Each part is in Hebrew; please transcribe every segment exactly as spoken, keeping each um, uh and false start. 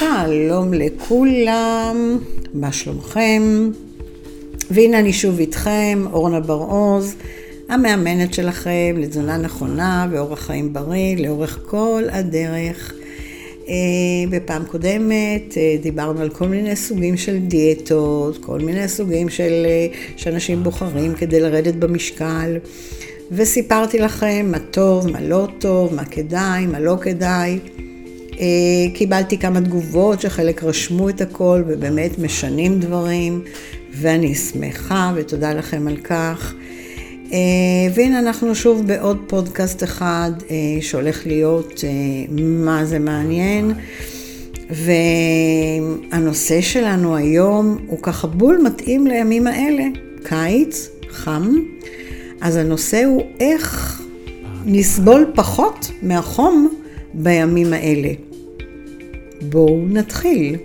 שלום לכולם, מה שלומכם? והנה אני שוב איתכם, אורנה בר-עוז, המאמנת שלכם לתזונה נכונה ואורח חיים בריא לאורך כל הדרך. בפעם קודמת דיברנו על כל מיני סוגים של דיאטות, כל מיני סוגים של שאנשים בוחרים כדי לרדת במשקל, וסיפרתי לכם מה טוב, מה לא טוב, מה כדאי, מה לא כדאי. קיבלתי כמה תגובות שחלק רשמו את הכל ובאמת משנים דברים, ואני שמחה ותודה לכם על כך. והנה אנחנו שוב בעוד פודקאסט אחד שהולך להיות מה זה מעניין, והנושא שלנו היום הוא ככה בול מתאים לימים האלה, קיץ, חם. אז הנושא הוא איך נסבול פחות מהחום בימים האלה. בואו נתחיל.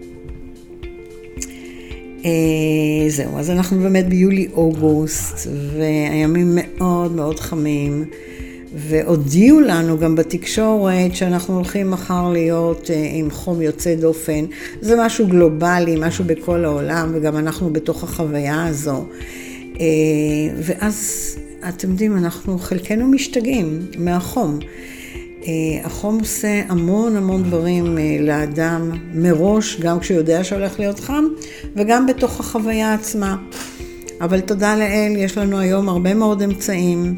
אה, זהו, אז אנחנו באמת ביולי-אוגוסט, והימים מאוד מאוד חמים, והודיעו לנו גם בתקשורת שאנחנו הולכים מחר להיות אה, עם חום יוצא דופן. זה משהו גלובלי, משהו בכל העולם, וגם אנחנו בתוך החוויה הזו. אה, ואז אתם יודעים, אנחנו חלקנו משתגעים מהחום. החום עושה המון המון דברים לאדם מראש, גם כשהוא יודע שהולך להיות חם, וגם בתוך החוויה עצמה. אבל תודה לאל, יש לנו היום הרבה מאוד אמצעים.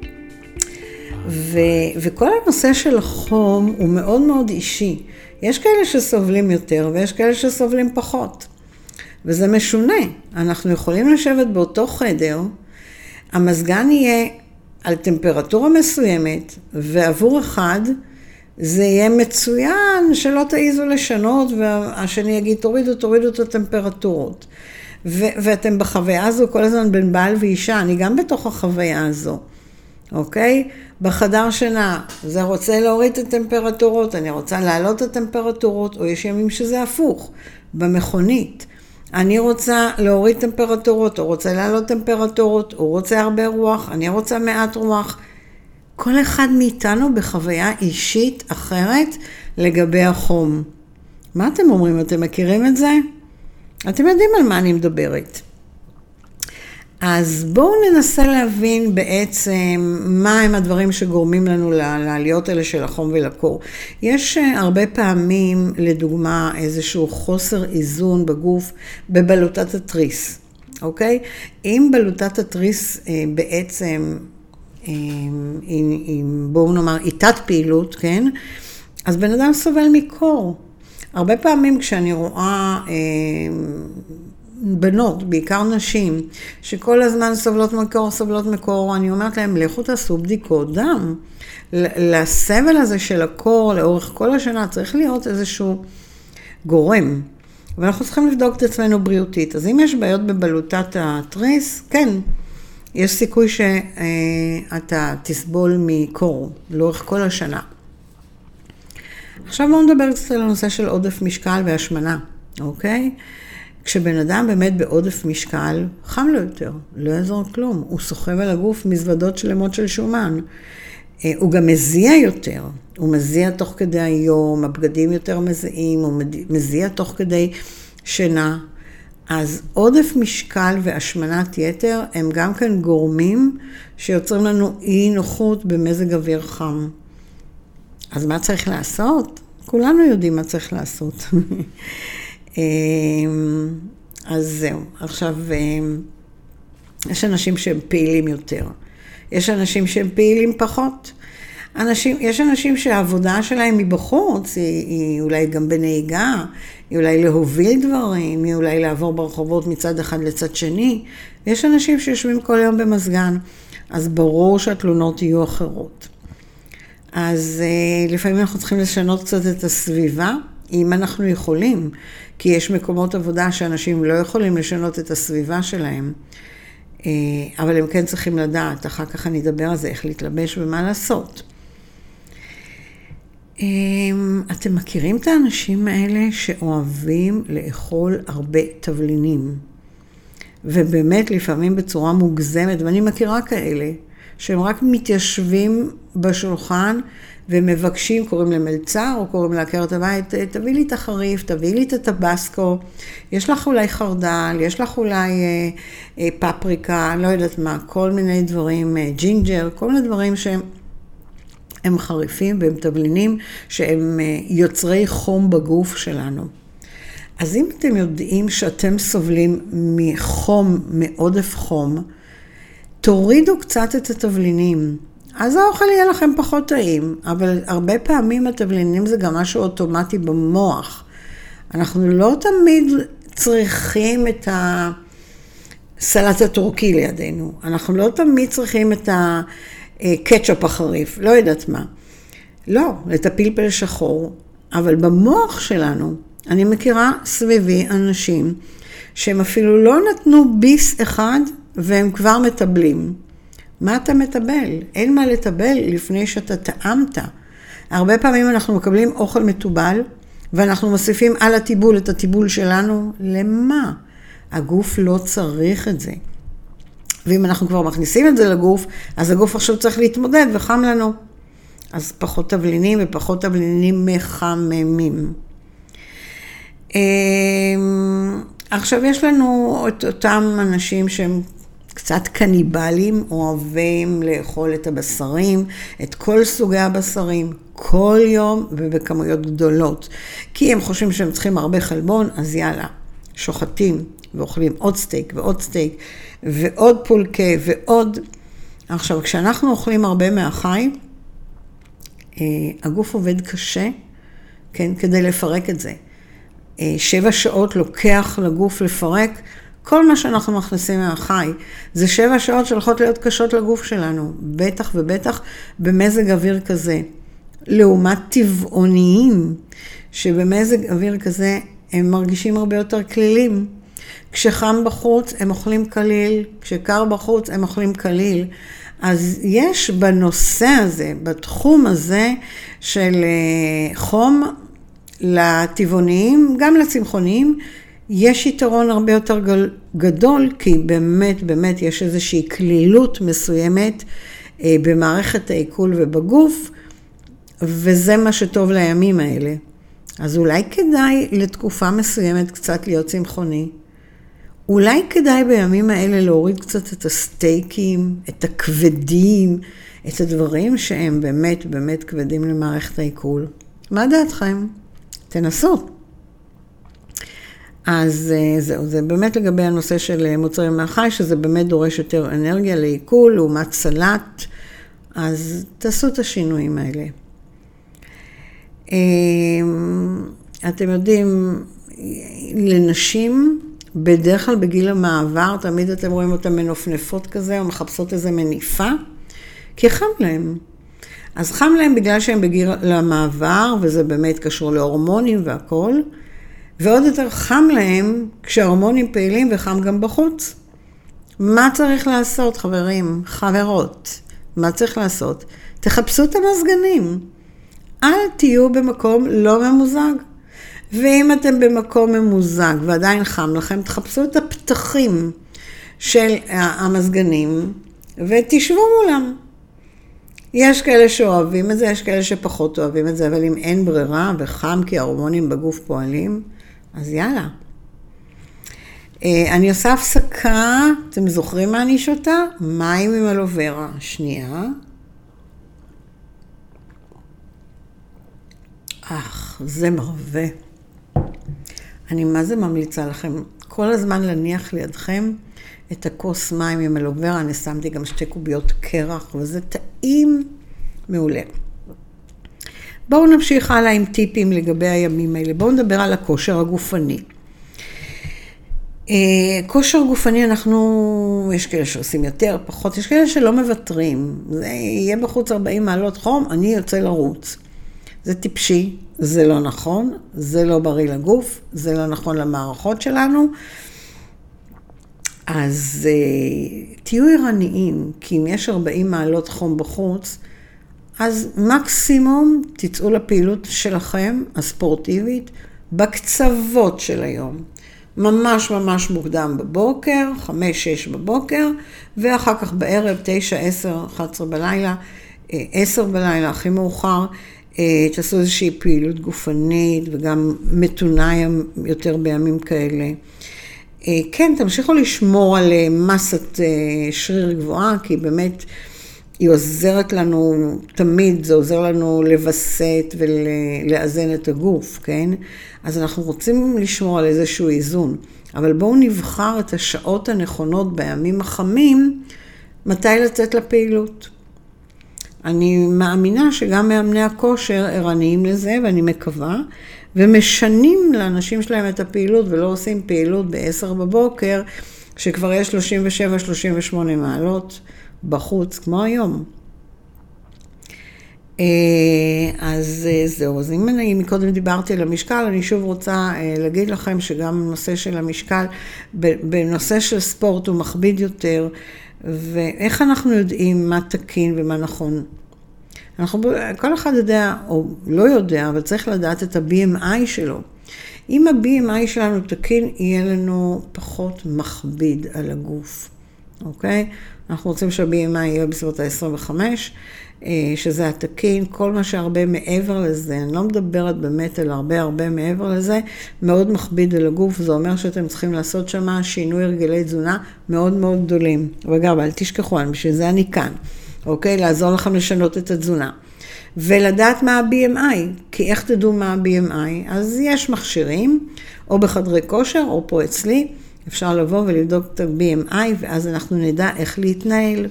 ו- וכל הנושא של החום הוא מאוד מאוד אישי. יש כאלה שסובלים יותר, ויש כאלה שסובלים פחות. וזה משונה. אנחנו יכולים לשבת באותו חדר, המזגן יהיה על טמפרטורה מסוימת, ועבור אחד זה יהיה מצוין שלא תעיזו לשנות, והשני יגיד תורידו, תורידו את הטמפרטורות. ו- ואתם בחוויה הזו כל הזמן בין בעל ואישה, אני גם בתוך החוויה הזו, אוקיי? בחדר שינה, זה רוצה להוריד את הטמפרטורות, אני רוצה להעלות את הטמפרטורות, או יש ימים שזה הפוך, במכונית. אני רוצה להוריד טמפרטורות, או רוצה להעלות טמפרטורות, או רוצה הרבה רוח, אני רוצה מעט רוח. כל אחד מאיתנו בחוויה אישית אחרת לגבי החום. מה אתם אומרים? אתם מכירים את זה? אתם יודעים על מה אני מדברת. אז בואו ננסה להבין בעצם מה הם הדברים שגורמים לנו לעליות האלה של החום ולקור. יש הרבה פעמים, לדוגמה, איזשהו חוסר איזון בגוף בבלוטת התריס, אוקיי? אם בלוטת התריס בעצם, אם בואו נאמר, איתת פעילות, כן? אז בן אדם סובל מקור. הרבה פעמים כשאני רואה בנות, בעיקר נשים, שכל הזמן סובלות מקור, סובלות מקור, אני אומרת להם, לכו תעשו בדיקות דם. לסבל הזה של הקור, לאורך כל השנה, צריך להיות איזשהו גורם. ואנחנו צריכים לבדוק את עצמנו בריאותית. אז אם יש בעיות בבלוטת התריס, כן, יש סיכוי שאתה תסבול מקור, לאורך כל השנה. עכשיו בואו נדבר קצת על הנושא של עודף משקל והשמנה, אוקיי? כשבן אדם באמת בעודף משקל, חם לו יותר, לא יעזור כלום. הוא סוחב על הגוף מזוודות שלמות של שומן. הוא גם מזיע יותר. הוא מזיע תוך כדי היום, הבגדים יותר מזיעים, הוא מזיע תוך כדי שינה. אז עודף משקל והשמנת יתר הם גם כן גורמים שיוצרים לנו אי נוחות במזג אוויר חם. אז מה צריך לעשות? כולנו יודעים מה צריך לעשות. אז זהו, עכשיו, יש אנשים שהם פעילים יותר, יש אנשים שהם פעילים פחות, אנשים, יש אנשים שהעבודה שלהם היא בחוץ, היא, היא אולי גם בנהיגה, היא אולי להוביל דברים, היא אולי לעבור ברחובות מצד אחד לצד שני, יש אנשים שיושבים כל יום במזגן, אז ברור שהתלונות יהיו אחרות. אז לפעמים אנחנו צריכים לשנות קצת את הסביבה, אם אנחנו יכולים, כי יש מקומות עבודה שאנשים לא יכולים לשנות את הסביבה שלהם, אבל הם כן צריכים לדעת, אחר כך אני אדבר על זה, איך להתלבש ומה לעשות. אתם מכירים את האנשים האלה שאוהבים לאכול הרבה תבלינים, ובאמת לפעמים בצורה מוגזמת, ואני מכירה כאלה, שהם רק מתיישבים בשולחן ומבקשים, קוראים למלצר או קוראים לעקרת הבית, תביא לי את החריף, תביא לי את הטבסקו, יש לך אולי חרדל, יש לך אולי אה, אה, פפריקה, לא יודעת מה, כל מיני דברים, אה, ג'ינג'ר, כל מיני דברים שהם הם חריפים והם תבלינים שהם אה, יוצרי חום בגוף שלנו. אז אם אתם יודעים שאתם סובלים מחום, מעודף חום, תורידו קצת את התבלינים. אז האוכל יהיה לכם פחות טעים, אבל הרבה פעמים התבלינים זה גם משהו אוטומטי במוח. אנחנו לא תמיד צריכים את הסלט הטורקי לידינו. אנחנו לא תמיד צריכים את הקטשופ החריף, לא יודעת מה. לא, את הפלפל שחור. אבל במוח שלנו, אני מכירה סביבי אנשים שהם אפילו לא נתנו ביס אחד והם כבר מטבלים. מה אתה מטבל? אין מה לטבל לפני שאתה טעמת. הרבה פעמים אנחנו מקבלים אוכל מטובל, ואנחנו מוסיפים על הטיבול את הטיבול שלנו. למה? הגוף לא צריך את זה. ואם אנחנו כבר מכניסים את זה לגוף, אז הגוף עכשיו צריך להתמודד וחם לנו. אז פחות תבלינים ופחות תבלינים מחממים. עכשיו יש לנו את אותם אנשים שהם קצת קניבלים, אוהבים לאכול את הבשרים, את כל סוגי הבשרים, כל יום ובכמויות גדולות. כי הם חושבים שהם צריכים הרבה חלבון, אז יאללה, שוחטים ואוכלים עוד סטייק ועוד סטייק ועוד פולקה ועוד. עכשיו, כשאנחנו אוכלים הרבה מהחי, הגוף עובד קשה, כן, כדי לפרק את זה. שבע שעות לוקח לגוף לפרק, כל מה שאנחנו מכניסים מהחי, זה שבע שעות שהולכות להיות קשות לגוף שלנו, בטח ובטח במזג אוויר כזה. לעומת טבעוניים, שבמזג אוויר כזה הם מרגישים הרבה יותר כלילים. כשחם בחוץ הם אוכלים כליל, כשקר בחוץ הם אוכלים כליל. אז יש בנושא הזה, בתחום הזה של חום לטבעוניים, גם לצמחוניים, יש יתרון הרבה יותר גדול, כי באמת, באמת יש איזושהי כלילות מסוימת במערכת העיכול ובגוף, וזה מה שטוב לימים האלה. אז אולי כדאי לתקופה מסוימת קצת להיות צמחוני. אולי כדאי בימים האלה להוריד קצת את הסטייקים, את הכבדים, את הדברים שהם באמת, באמת כבדים למערכת העיכול. מה דעתכם? תנסו. אז זהו, זה באמת לגבי הנושא של מוצרים מהחי, שזה באמת דורש יותר אנרגיה לעיכול, לעומת סלט, אז תעשו את השינויים האלה. אתם יודעים, לנשים, בדרך כלל בגיל המעבר, תמיד אתם רואים אותן מנופנפות כזה, או מחפשות איזה מניפה, כי חם להם. אז חם להם בגלל שהם בגיל המעבר, וזה באמת קשור להורמונים והכל, ועוד יותר חם להם כשההורמונים פעילים וחם גם בחוץ. מה צריך לעשות, חברים, חברות? מה צריך לעשות? תחפשו את המזגנים. אל תהיו במקום לא ממוזג. ואם אתם במקום ממוזג ועדיין חם לכם, תחפשו את הפתחים של המזגנים ותשבו מולם. יש כאלה שאוהבים את זה, יש כאלה שפחות אוהבים את זה, אבל אם אין ברירה וחם כי ההורמונים בגוף פועלים, אז יאללה. אני עושה הפסקה, אתם זוכרים מה אני שותה? מים עם אלוברה. שנייה. אך, זה מרווה. אני מה זה ממליצה לכם? כל הזמן להניח לידכם את הכוס מים עם אלוברה. אני שמתי גם שתי קוביות קרח, וזה טעים מעולה. בואו נמשיך הלאה עם טיפים לגבי הימים האלה. בואו נדבר על הכושר הגופני. כושר גופני אנחנו, יש כאלה שעושים יותר, פחות, יש כאלה שלא מוותרים. זה יהיה בחוץ ארבעים מעלות חום, אני יוצא לרוץ. זה טיפשי, זה לא נכון, זה לא בריא לגוף, זה לא נכון למערכות שלנו. אז תהיו ערניים, כי אם יש ארבעים מעלות חום בחוץ, אז מקסימום תצאו לפעילות שלכם, הספורטיבית, בקצוות של היום. ממש ממש מוקדם בבוקר, חמש שש בבוקר, ואחר כך בערב, תשע עשר אחת עשרה בלילה, עשר בלילה, הכי מאוחר, תעשו איזושהי פעילות גופנית וגם מתונה יותר בימים כאלה. כן, תמשיכו לשמור על מסת שריר גבוהה, כי באמת היא עוזרת לנו, תמיד זה עוזר לנו לבסט ולאזן את הגוף, כן? אז אנחנו רוצים לשמור על איזשהו איזון, אבל בואו נבחר את השעות הנכונות בימים החמים, מתי לצאת לפעילות. אני מאמינה שגם מאמני הכושר ערניים לזה, ואני מקווה, ומשנים לאנשים שלהם את הפעילות, ולא עושים פעילות ב-עשר בבוקר, שכבר יש שלושים ושבע שלושים ושמונה מעלות בחוץ, כמו היום. אז זהו, אז אם אני מקודם דיברתי על המשקל, אני שוב רוצה להגיד לכם שגם הנושא של המשקל, בנושא של ספורט הוא מכביד יותר, ואיך אנחנו יודעים מה תקין ומה נכון? אנחנו, כל אחד יודע, או לא יודע, אבל צריך לדעת את ה-בי אם איי שלו. אם ה-בי אם איי שלנו תקין, יהיה לנו פחות מכביד על הגוף. אוקיי? אנחנו רוצים שה-בי אם איי יהיה בסביבות ה-עשרים וחמש, שזה התקין. כל מה שהרבה מעבר לזה, אני לא מדברת באמת על הרבה הרבה מעבר לזה, מאוד מכביד על הגוף. זה אומר שאתם צריכים לעשות שמה שינוי הרגלי תזונה מאוד מאוד גדולים. וגם, אל תשכחו, בשביל זה אני כאן. אוקיי? לעזור לכם לשנות את התזונה. ולדעת מה ה-בי אם איי, כי איך תדעו מה ה-בי אם איי? אז יש מכשירים, או בחדרי כושר, או פה אצלי, אפשר לבוא ולבדוק את ה-בי אם איי, ואז אנחנו נדע איך להתנהל.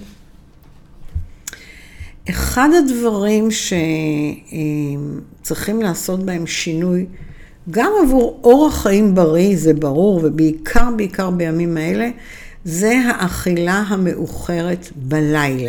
אחד הדברים שצריכים לעשות בהם שינוי, גם עבור אורח חיים בריא, זה ברור, ובעיקר, בעיקר בימים האלה, זה האכילה המאוחרת בלילה.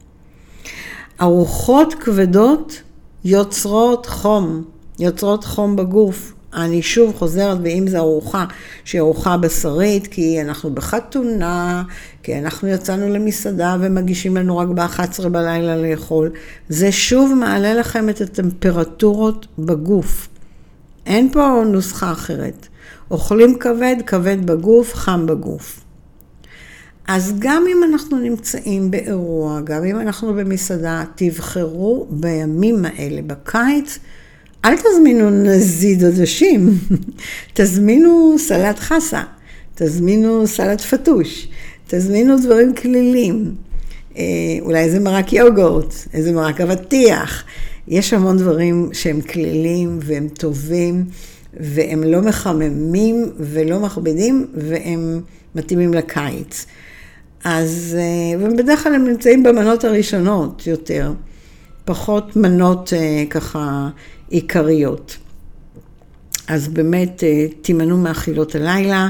ארוחות כבדות יוצרות חום, יוצרות חום בגוף. אני שוב חוזרת, ואם זו ארוחה שהיא ארוחה בשרית, כי אנחנו בחתונה, כי אנחנו יצאנו למסעדה ומגישים לנו רק ב-אחת עשרה בלילה לאכול, זה שוב מעלה לכם את הטמפרטורות בגוף. אין פה נוסחה אחרת. אוכלים כבד, כבד בגוף, חם בגוף. אז גם אם אנחנו נמצאים באירוע, גם אם אנחנו במסעדה, תבחרו בימים האלה, בקיץ, אל תזמינו נזיד עדשים, תזמינו סלט חסה, תזמינו סלט פטוש, תזמינו דברים כלילים, אולי איזה מרק יוגורט, איזה מרק אבטיח. יש המון דברים שהם כלילים והם טובים, והם לא מחממים ולא מכבידים, והם מתאימים לקיץ. אז, ובדרך כלל הם נמצאים במנות הראשונות יותר, פחות מנות ככה עיקריות. אז באמת תימנו מאכילות הלילה,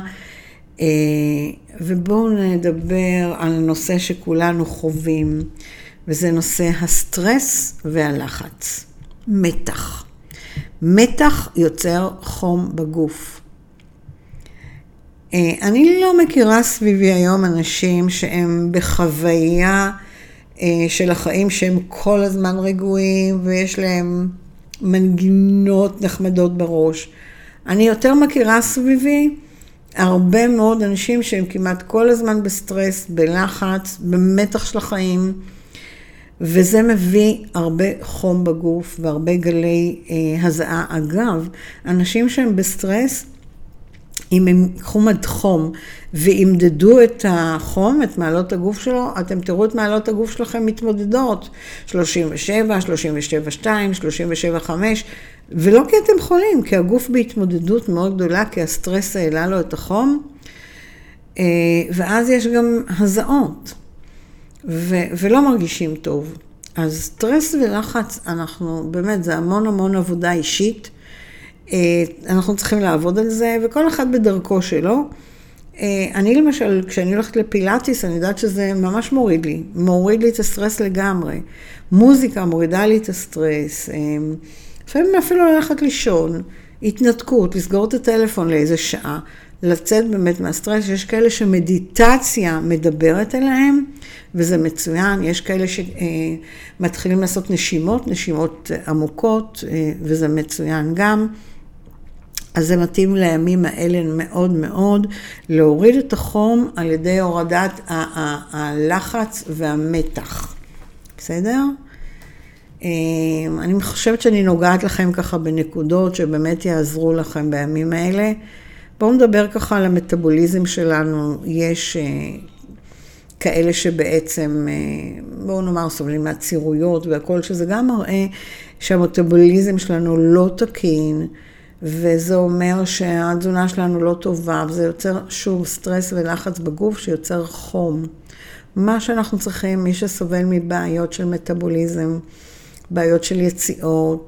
ובואו נדבר על נושא שכולנו חווים, וזה נושא הסטרס והלחץ. מתח. מתח יוצר חום בגוף. אני לא מכירה סביבי היום אנשים שהם בחוויה של החיים שהם כל הזמן רגועים ויש להם מנגינות נחמדות בראש. אני יותר מכירה סביבי הרבה מאוד אנשים שהם כמעט כל הזמן בסטרס, בלחץ, במתח של החיים, וזה מביא הרבה חום בגוף והרבה גלי אה, הזעה. אגב, אנשים שהם בסטרס, אם הם יקחו מד חום וימדדו את החום, את מעלות הגוף שלו, אתם תראו את מעלות הגוף שלכם מתמודדות, שלושים ושבע, שלושים ושבע נקודה שתיים, שלושים ושבע נקודה חמש, ולא כי אתם חולים, כי הגוף בהתמודדות מאוד גדולה, כי הסטרס העלה לו את החום, ואז יש גם הזעות, ו- ולא מרגישים טוב. אז סטרס ולחץ, אנחנו באמת, זה המון המון עבודה אישית, אנחנו צריכים לעבוד על זה, וכל אחד בדרכו שלו. אני למשל, כשאני הולכת לפילאטיס, אני יודעת שזה ממש מוריד לי, מוריד לי את הסטרס לגמרי. מוזיקה מורידה לי את הסטרס, לפעמים אפילו ללכת לישון, התנתקות, לסגור את הטלפון לאיזה שעה, לצאת באמת מהסטרס. יש כאלה שמדיטציה מדברת אליהם, וזה מצוין. יש כאלה שמתחילים לעשות נשימות, נשימות עמוקות, וזה מצוין גם. אז זה מתאים לימים האלה מאוד מאוד, להוריד את החום על ידי הורדת ה- ה- הלחץ והמתח. בסדר? אני חושבת שאני נוגעת לכם ככה בנקודות שבאמת יעזרו לכם בימים האלה. בואו נדבר ככה על המטאבוליזם שלנו. יש כאלה שבעצם, בואו נאמר, סובלים מהצירויות והכל, שזה גם מראה שהמטאבוליזם שלנו לא תקין, וזה אומר שהתזונה שלנו לא טובה, וזה יוצר שוב סטרס ולחץ בגוף שיוצר חום. מה שאנחנו צריכים, מי שסובל מבעיות של מטאבוליזם, בעיות של יציאות,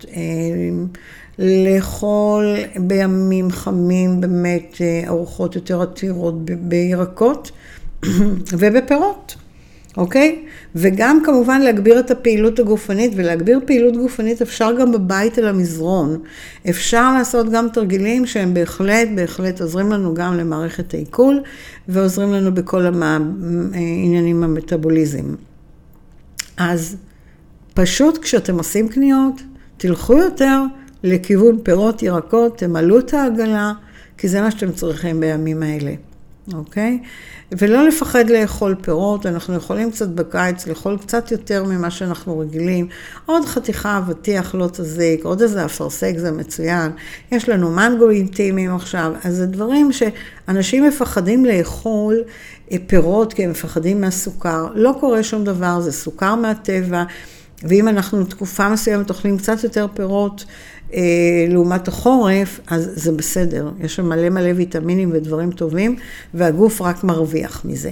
לאכול בימים חמים באמת ארוחות יותר עתירות בירקות ובפירות, אוקיי? וגם כמובן להגביר את הפעילות הגופנית, ולהגביר פעילות גופנית אפשר גם בבית על המזרון. אפשר לעשות גם תרגילים שהם בהחלט, בהחלט עוזרים לנו גם למערכת העיכול, ועוזרים לנו בכל העניינים המטאבוליזם. אז פשוט כשאתם עושים קניות, תלכו יותר לכיוון פירות, ירקות, תמלאו את העגלה, כי זה מה שאתם צריכים בימים האלה. אוקיי? ולא לפחד לאכול פירות, אנחנו יכולים קצת בקיץ לאכול קצת יותר ממה שאנחנו רגילים. עוד חתיכה אבטיח לא תזיק, עוד איזה אפרסק זה מצוין. יש לנו מנגו אינטימיים עכשיו, אז זה דברים שאנשים מפחדים לאכול פירות כי הם מפחדים מהסוכר. לא קורה שום דבר, זה סוכר מהטבע, ואם אנחנו תקופה מסוימת אוכלים קצת יותר פירות, לעומת החורף, אז זה בסדר. יש שם מלא מלא ויטמינים ודברים טובים, והגוף רק מרוויח מזה.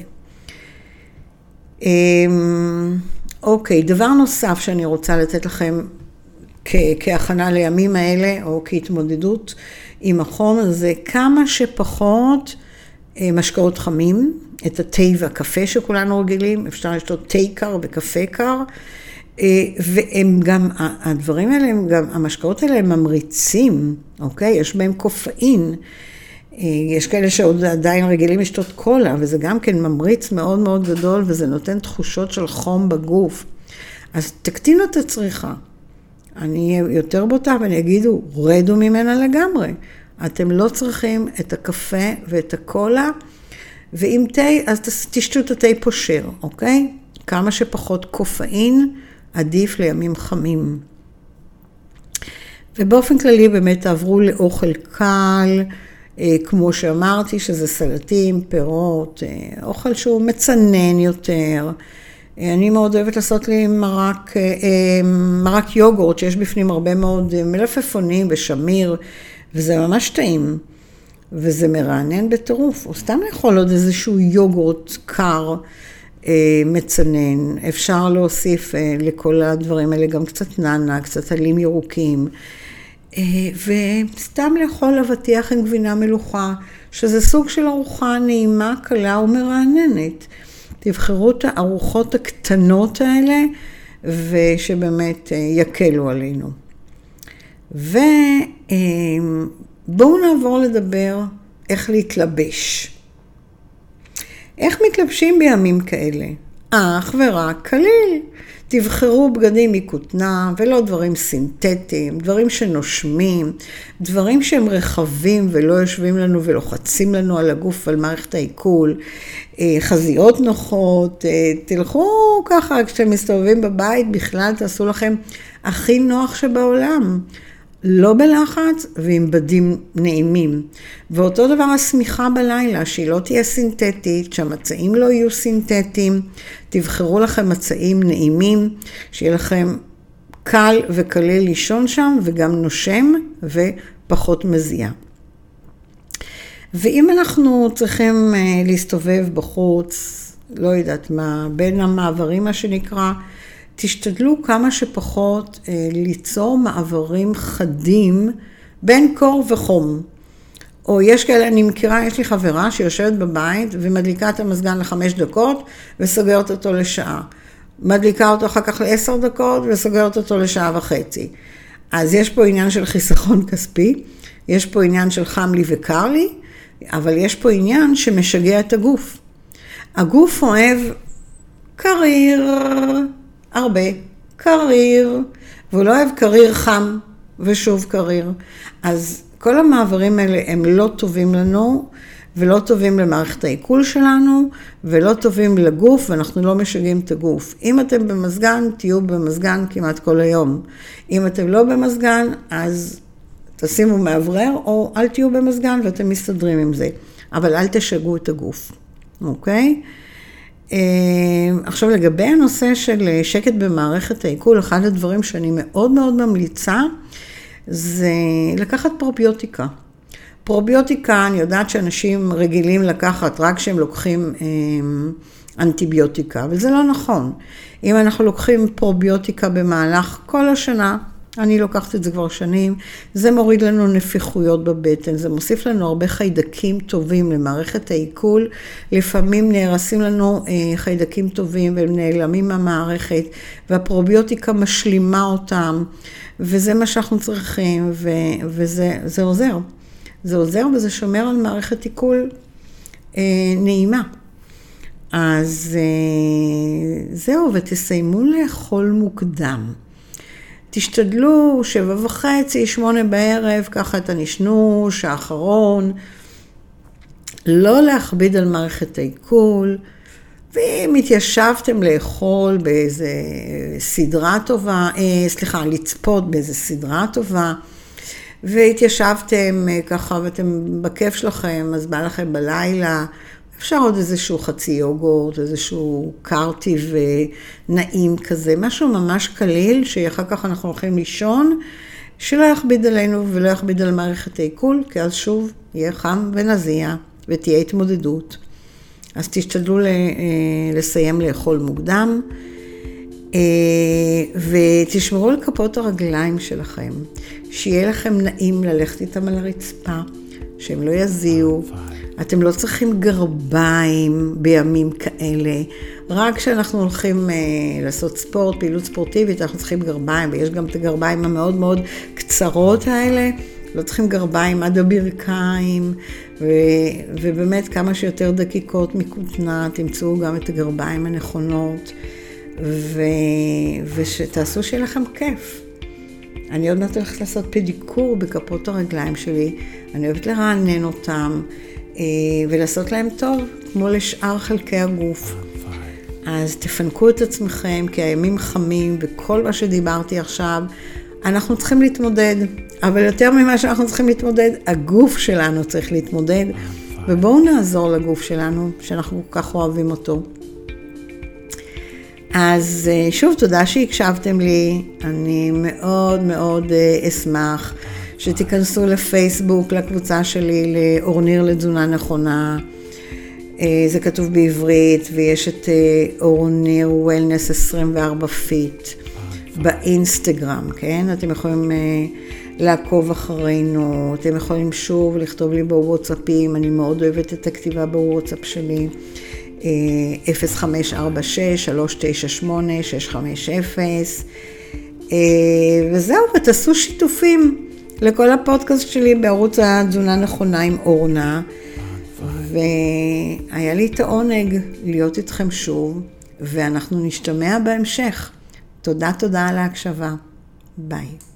אוקיי, דבר נוסף שאני רוצה לתת לכם כהכנה לימים האלה, או כהתמודדות עם החום, זה כמה שפחות משקאות חמים, את התה והקפה שכולנו רגילים, אפשר לשתות תה קר וקפה קר, והם גם, הדברים האלה, הם גם, המשקאות האלה הם ממריצים, אוקיי? יש בהם קופאין. יש כאלה שעוד עדיין רגילים לשתות קולה, וזה גם כן ממריץ מאוד מאוד גדול, וזה נותן תחושות של חום בגוף. אז תקטינו את הצריכה. אני יותר בוטה, ואני אגידו, רדו ממנה לגמרי. אתם לא צריכים את הקפה ואת הקולה, ואם תה, אז תשתו את התה פושר, אוקיי? כמה שפחות קופאין, עדיף לימים חמים. ובאופן כללי באמת תעברו לאוכל קל, כמו שאמרתי, שזה סלטים, פירות, אוכל שהוא מצנן יותר. אני מאוד אוהבת לעשות לי מרק, מרק יוגורט, שיש בפנים הרבה מאוד מלפפונים ושמיר, וזה ממש טעים. וזה מרענן בטירוף, או סתם לאכול עוד איזשהו יוגורט קר, מצנן. אפשר להוסיף לכל הדברים האלה גם קצת ננה, קצת עלים ירוקים, וסתם לאכול אבטיח עם גבינה מלוכה, שזה סוג של ארוחה נעימה, קלה ומרעננת. תבחרו את הארוחות הקטנות האלה, ושבאמת יקלו עלינו. ובואו נעבור לדבר איך להתלבש. איך מתלבשים בימים כאלה? אך ורק קליל. תבחרו בגדים מכותנה ולא דברים סינתטיים, דברים שנושמים, דברים שהם רחבים ולא יושבים לנו ולוחצים לנו על הגוף ועל מערכת העיכול, חזיות נוחות. תלכו ככה כשאתם מסתובבים בבית, בכלל תעשו לכם הכי נוח שבעולם. לא בלחץ ועם בדים נעימים. ואותו דבר הסמיכה בלילה, שהיא לא תהיה סינתטית, שהמצעים לא יהיו סינתטיים. תבחרו לכם מצעים נעימים, שיהיה לכם קל וקליל לישון שם, וגם נושם ופחות מזיע. ואם אנחנו צריכים להסתובב בחוץ, לא יודעת מה, בין המעברים מה שנקרא, תשתדלו כמה שפחות אה, ליצור מעברים חדים בין קור וחום. או יש כאלה, אני מכירה, יש לי חברה שיושבת בבית ומדליקה את המזגן לחמש דקות וסוגרת אותו לשעה. מדליקה אותו אחר כך לעשר דקות וסוגרת אותו לשעה וחצי. אז יש פה עניין של חיסכון כספי, יש פה עניין של חם לי וקר לי, אבל יש פה עניין שמשגע את הגוף. הגוף אוהב קריר, הרבה קריר, והוא לא אוהב קריר חם ושוב קריר. אז כל המעברים האלה הם לא טובים לנו, ולא טובים למערכת העיכול שלנו, ולא טובים לגוף, ואנחנו לא משגעים את הגוף. אם אתם במזגן, תהיו במזגן כמעט כל היום. אם אתם לא במזגן, אז תשימו מאוורר, או אל תהיו במזגן ואתם מסתדרים עם זה. אבל אל תשגעו את הגוף, אוקיי? עכשיו לגבי הנושא של שקט במערכת העיכול, אחד הדברים שאני מאוד מאוד ממליצה, זה לקחת פרוביוטיקה. פרוביוטיקה, אני יודעת שאנשים רגילים לקחת רק כשהם לוקחים אנטיביוטיקה, אבל זה לא נכון. אם אנחנו לוקחים פרוביוטיקה במהלך כל השנה, אני לוקחת את זה כבר שנים, זה מוריד לנו נפיחויות בבטן, זה מוסיף לנו הרבה חיידקים טובים למערכת העיכול, לפעמים נהרסים לנו חיידקים טובים והם נעלמים מהמערכת, והפרוביוטיקה משלימה אותם, וזה מה שאנחנו צריכים, ו- וזה זה עוזר. זה עוזר וזה שומר על מערכת עיכול אה, נעימה. אז אה, זהו, ותסיימו לאכול מוקדם. תשתדלו שבע וחצי, שמונה בערב, ככה את הנשנוש האחרון, לא להכביד על מערכת העיכול, ואם התיישבתם לאכול באיזה סדרה טובה, אה, סליחה, לצפות באיזה סדרה טובה, והתיישבתם ככה ואתם בכיף שלכם, אז בא לכם בלילה, אפשר עוד איזשהו חצי יוגורט, איזשהו קרטי ונעים כזה, משהו ממש קליל, שאחר כך אנחנו הולכים לישון, שלא יכביד עלינו ולא יכביד על מערכת העיכול, כי אז שוב יהיה חם ונזיע ותהיה התמודדות. אז תשתדלו לסיים לאכול מוקדם, ותשמרו על כפות הרגליים שלכם, שיהיה לכם נעים ללכת איתם על הרצפה, שהם לא יזיעו. אתם לא צריכים גרביים בימים כאלה, רק כשאנחנו הולכים לעשות ספורט, פעילות ספורטיבית, אנחנו צריכים גרביים, ויש גם את הגרביים המאוד מאוד קצרות האלה, לא צריכים גרביים עד הברכיים, ו, ובאמת כמה שיותר דקיקות מכותנה, תמצאו גם את הגרביים הנכונות, ו, ושתעשו שיהיה לכם כיף. אני עוד מעט הולכת לעשות פדיקור בכפות הרגליים שלי, אני אוהבת לרענן אותם, ולעשות להם טוב, כמו לשאר חלקי הגוף. אז תפנקו את עצמכם, כי הימים חמים, וכל מה שדיברתי עכשיו, אנחנו צריכים להתמודד, אבל יותר ממה שאנחנו צריכים להתמודד, הגוף שלנו צריך להתמודד, ובואו נעזור לגוף שלנו, שאנחנו כל כך אוהבים אותו. אז שוב, תודה שהקשבתם לי, אני מאוד מאוד אשמח שתיכנסו לפייסבוק, לקבוצה שלי, לאורניר לתזונה נכונה, זה כתוב בעברית, ויש את אורניר וולנס עשרים וארבע פיט באינסטגרם, כן? אתם יכולים לעקוב אחרינו, אתם יכולים שוב לכתוב לי בוואטסאפים, אני מאוד אוהבת את הכתיבה בוואטסאפ שלי, אפס חמש ארבע שש שלוש תשע שמונה שש חמש אפס, וזהו, ותעשו שיתופים לכל הפודקאסט שלי בערוץ התזונה נכונה עם אורנה, והיה לי את העונג להיות איתכם שוב, ואנחנו נשתמע בהמשך. תודה, תודה על ההקשבה. ביי.